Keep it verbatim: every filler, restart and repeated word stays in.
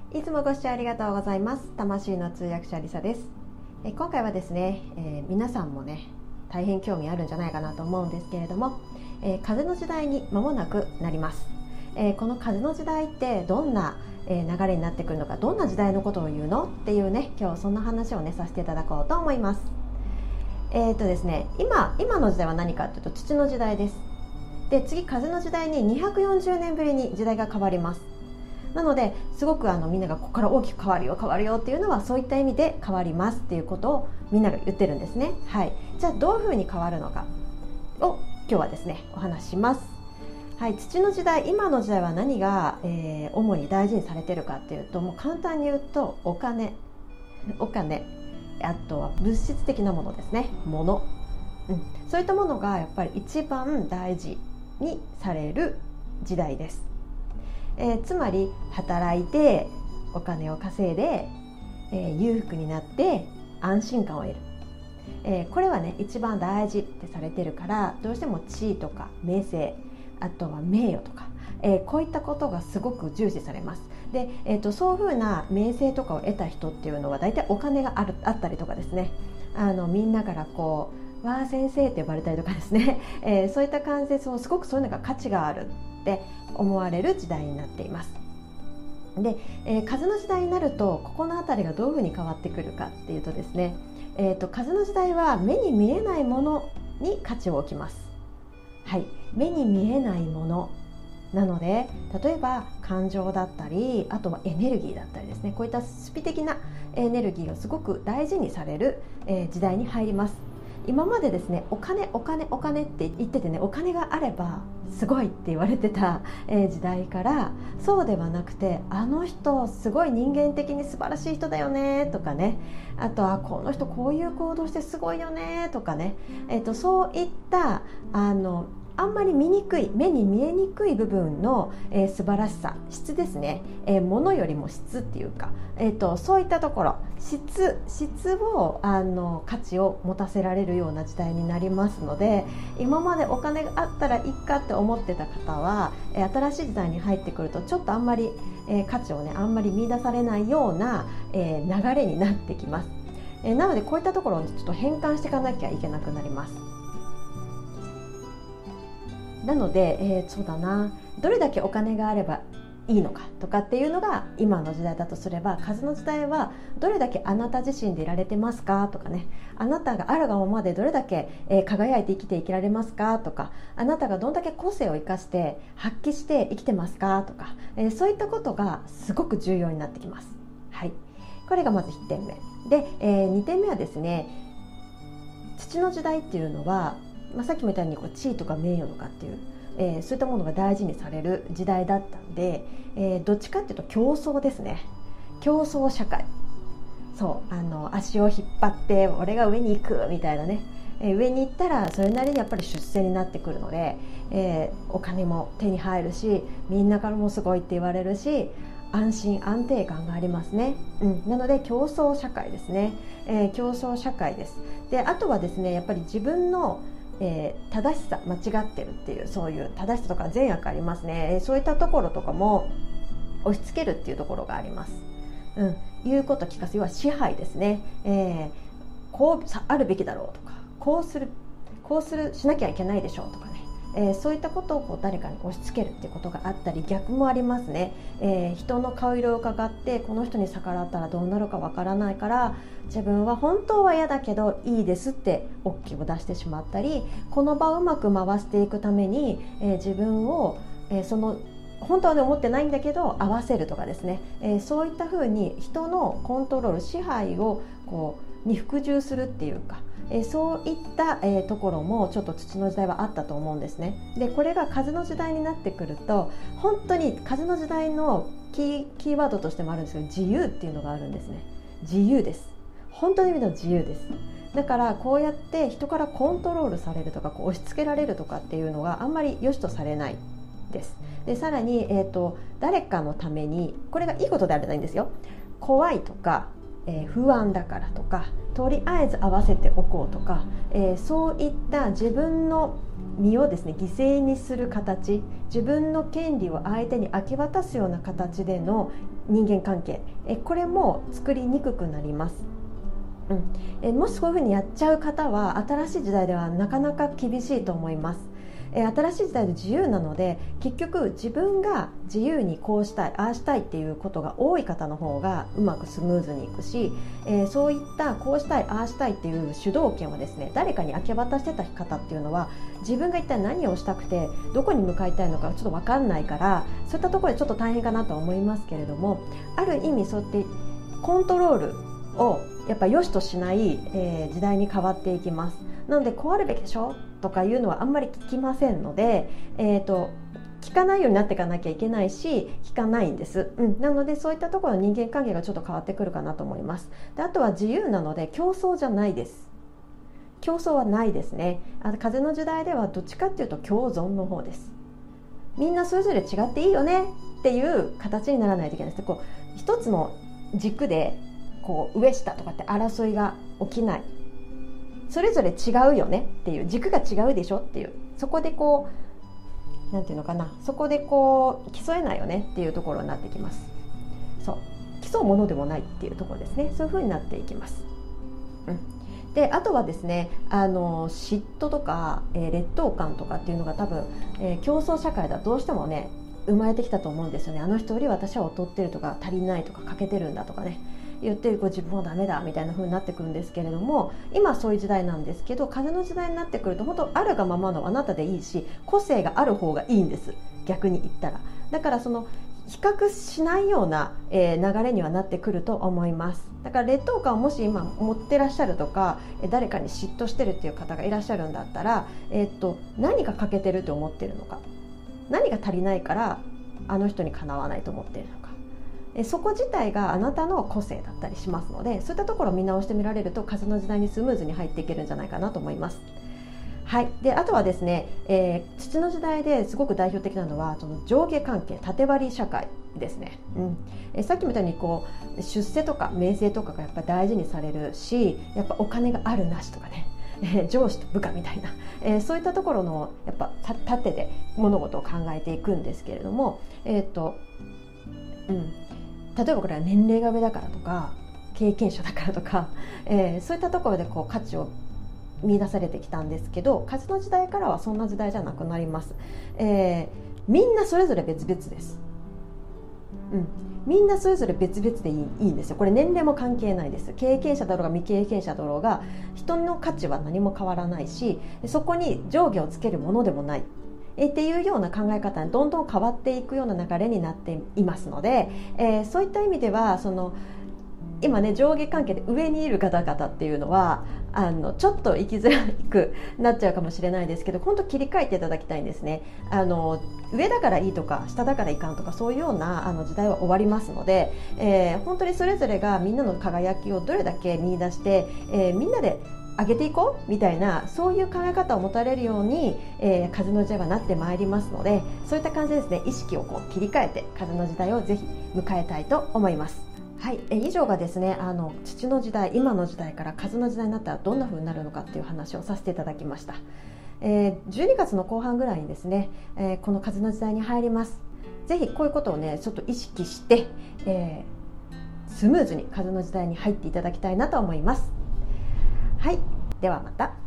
いつもご視聴ありがとうございます。魂の通訳者リサです。え今回はですね、えー、皆さんもね大変興味あるんじゃないかなと思うんですけれども、えー、風の時代に間もなくなります。えー、この風の時代ってどんな、えー、流れになってくるのか、どんな時代のことを言うのっていうね、今日そんな話をねさせていただこうと思います。えーとですね、今今の時代は何かというと土の時代です。で次風の時代ににひゃくよんじゅうねんぶりに時代が変わります。なのですごくあのみんながここから大きく変わるよ変わるよっていうのはそういった意味で変わりますっていうことをみんなが言ってるんですね。はい、じゃあどういうふうに変わるのかを今日はですねお話しします。はい、土の時代、今の時代は何が、えー、主に大事にされてるかっていうと、もう簡単に言うとお金お金あとは物質的なものですね、物、うん、そういったものがやっぱり一番大事にされる時代です。えー、つまり働いてお金を稼いで、えー、裕福になって安心感を得る、えー、これはね一番大事ってされてるから、どうしても地位とか名声、あとは名誉とか、えー、こういったことがすごく重視されます。で、えーと、そういうふうな名声とかを得た人っていうのは大体お金があるあったりとかですね、あのみんなからこうわー先生って呼ばれたりとかですね、えー、そういった感じでそうすごくそういうのが価値があるって思われる時代になっています。で、えー、風の時代になるとここの辺りがどういうふうに変わってくるかっていうとですね、えーと、風の時代は目に見えないものに価値を置きます。はい、目に見えないものなので、例えば感情だったり、あとはエネルギーだったりですね、こういったスピ的なエネルギーをすごく大事にされる、えー、時代に入ります。今までですね、お金お金お金って言っててね、お金があればすごいって言われてた、えー、時代から、そうではなくて、あの人すごい人間的に素晴らしい人だよねとかね、あとはこの人こういう行動してすごいよねとかね、えーと、そういったあのあんまり見にくい、目に見えにくい部分の、えー、素晴らしさ、質ですね、えー、物よりも質っていうか、えーと、そういったところ、質質をあの価値を持たせられるような時代になりますので、今までお金があったらいいかって思ってた方は、えー、新しい時代に入ってくるとちょっとあんまり、えー、価値をねあんまり見出されないような、えー、流れになってきます。えー、なのでこういったところをちょっと変換していかなきゃいけなくなります。なので、えー、そうだな、どれだけお金があればいいのかとかっていうのが今の時代だとすれば、風の時代はどれだけあなた自身でいられてますかとかね、あなたがあるがままでどれだけ、えー、輝いて生きていけられますかとか、あなたがどんだけ個性を生かして発揮して生きてますかとか、えー、そういったことがすごく重要になってきます。はい、これがまずいってんめで、えー、にてんめはですね、土の時代っていうのは、まあ、さっきも言ったようにこう地位とか名誉とかっていう、えー、そういったものが大事にされる時代だったんで、えー、どっちかっていうと競争ですね。競争社会、そうあの足を引っ張って俺が上に行くみたいなね、えー、上に行ったらそれなりにやっぱり出世になってくるので、えー、お金も手に入るし、みんなからもすごいって言われるし、安心安定感がありますね。うん、なので競争社会ですね、えー、競争社会です。であとはですね、やっぱり自分のえー、正しさ、間違ってるっていう、そういう正しさとか善悪ありますね、えー、そういったところとかも押し付けるっていうところがあります。うん、言うこと聞かせ、要は支配ですね、えー、こうあるべきだろうとか、こうするこうするしなきゃいけないでしょうとかね、えー、そういったことをこう誰かに押し付けるっていうことがあったり、逆もありますね。えー、人の顔色を伺ってこの人に逆らったらどうなるかわからないから、自分は本当は嫌だけどいいですって OK を出してしまったり、この場をうまく回していくために、えー、自分を、えー、その本当は、ね、思ってないんだけど合わせるとかですね、えー、そういったふうに人のコントロール、支配をこうに服従するっていうか、えー、そういった、えー、ところもちょっと土の時代はあったと思うんですね。でこれが風の時代になってくると、本当に風の時代のキー、キーワードとしてもあるんですけど、自由っていうのがあるんですね。自由です。本当の意味の自由です。だからこうやって人からコントロールされるとか、こう押し付けられるとかっていうのがあんまり良しとされないです。でさらに、えーと、誰かのために、これがいいことであればいいんですよ。怖いとか、えー、不安だからとか、とりあえず合わせておこうとか、えー、そういった自分の身をですね犠牲にする形、自分の権利を相手に明け渡すような形での人間関係、えこれも作りにくくなります。うん、えもしそういうふうにやっちゃう方は新しい時代ではなかなか厳しいと思います。え新しい時代で自由なので、結局自分が自由にこうしたいああしたいっていうことが多い方の方がうまくスムーズにいくし、えー、そういったこうしたいああしたいっていう主導権をですね誰かに明け渡してた方っていうのは、自分が一体何をしたくてどこに向かいたいのかちょっと分かんないから、そういったところでちょっと大変かなとは思いますけれども、ある意味そうやってコントロールをやっぱ良しとしない、えー、時代に変わっていきます。なのでこうあるべきでしょとかいうのはあんまり聞きませんので、えーと、聞かないようになっていかなきゃいけないし、聞かないんです、うん、なのでそういったところの人間関係がちょっと変わってくるかなと思います。であとは自由なので競争じゃないです。競争はないですね。あ風の時代ではどっちかっていうと共存の方です。みんなそれぞれ違っていいよねっていう形にならないといけないです。こう一つの軸でこう上下とかって争いが起きない、それぞれ違うよねっていう、軸が違うでしょっていう、そこでこうなんていうのかな、そこでこう競えないよねっていうところになってきます。そう競うものでもないっていうところですね。そういう風になっていきます、うん、であとはですね、あの嫉妬とか、えー、劣等感とかっていうのが多分、えー、競争社会だとどうしてもね生まれてきたと思うんですよね。あの人より私は劣ってるとか足りないとか欠けてるんだとかね言ってこう自分はダメだみたいな風になってくるんですけれども、今そういう時代なんですけど、風の時代になってくると本当あるがままのあなたでいいし、個性がある方がいいんです、逆に言ったら。だからその比較しないような、えー、流れにはなってくると思います。だから劣等感をもし今持ってらっしゃるとか、誰かに嫉妬してるっていう方がいらっしゃるんだったら、えー、っと何が欠けてると思ってるのか、何が足りないからあの人にかなわないと思っているのか、そこ自体があなたの個性だったりしますので、そういったところを見直してみられると風の時代にスムーズに入っていけるんじゃないかなと思います。はい、であとはですね、えー、土の時代ですごく代表的なのはその上下関係、縦割り社会ですね、うんえー、さっきみたいにこう出世とか名声とかがやっぱ大事にされるし、やっぱお金があるなしとかね、えー、上司と部下みたいな、えー、そういったところのやっぱ縦で物事を考えていくんですけれども、えーとうん、例えばこれは年齢が上だからとか経験者だからとか、えー、そういったところでこう価値を見出されてきたんですけど、風の時代からはそんな時代じゃなくなります。えー、みんなそれぞれ別々です、うん、みんなそれぞれ別々でいい、いいんですよ。これ年齢も関係ないです。経験者だろうが未経験者だろうが人の価値は何も変わらないし、そこに上下をつけるものでもないっていうような考え方にどんどん変わっていくような流れになっていますので、えー、そういった意味ではその今ね上下関係で上にいる方々っていうのはあのちょっと生きづらくなっちゃうかもしれないですけど、本当切り替えていただきたいんですね。あの上だからいいとか下だからいかんとかそういうようなあの時代は終わりますので、えー、本当にそれぞれがみんなの輝きをどれだけ見出して、えー、みんなで上げていこうみたいな、そういう考え方を持たれるように、えー、風の時代はなってまいりますので、そういった感じでですね、意識をこう切り替えて風の時代をぜひ迎えたいと思います。はい、え以上がですね、あの土の時代、今の時代から風の時代になったらどんな風になるのかっていう話をさせていただきました。えー、じゅうにがつの後半ぐらいにですね、えー、この風の時代に入ります。ぜひこういうことをねちょっと意識して、えー、スムーズに風の時代に入っていただきたいなと思います。はい、ではまた。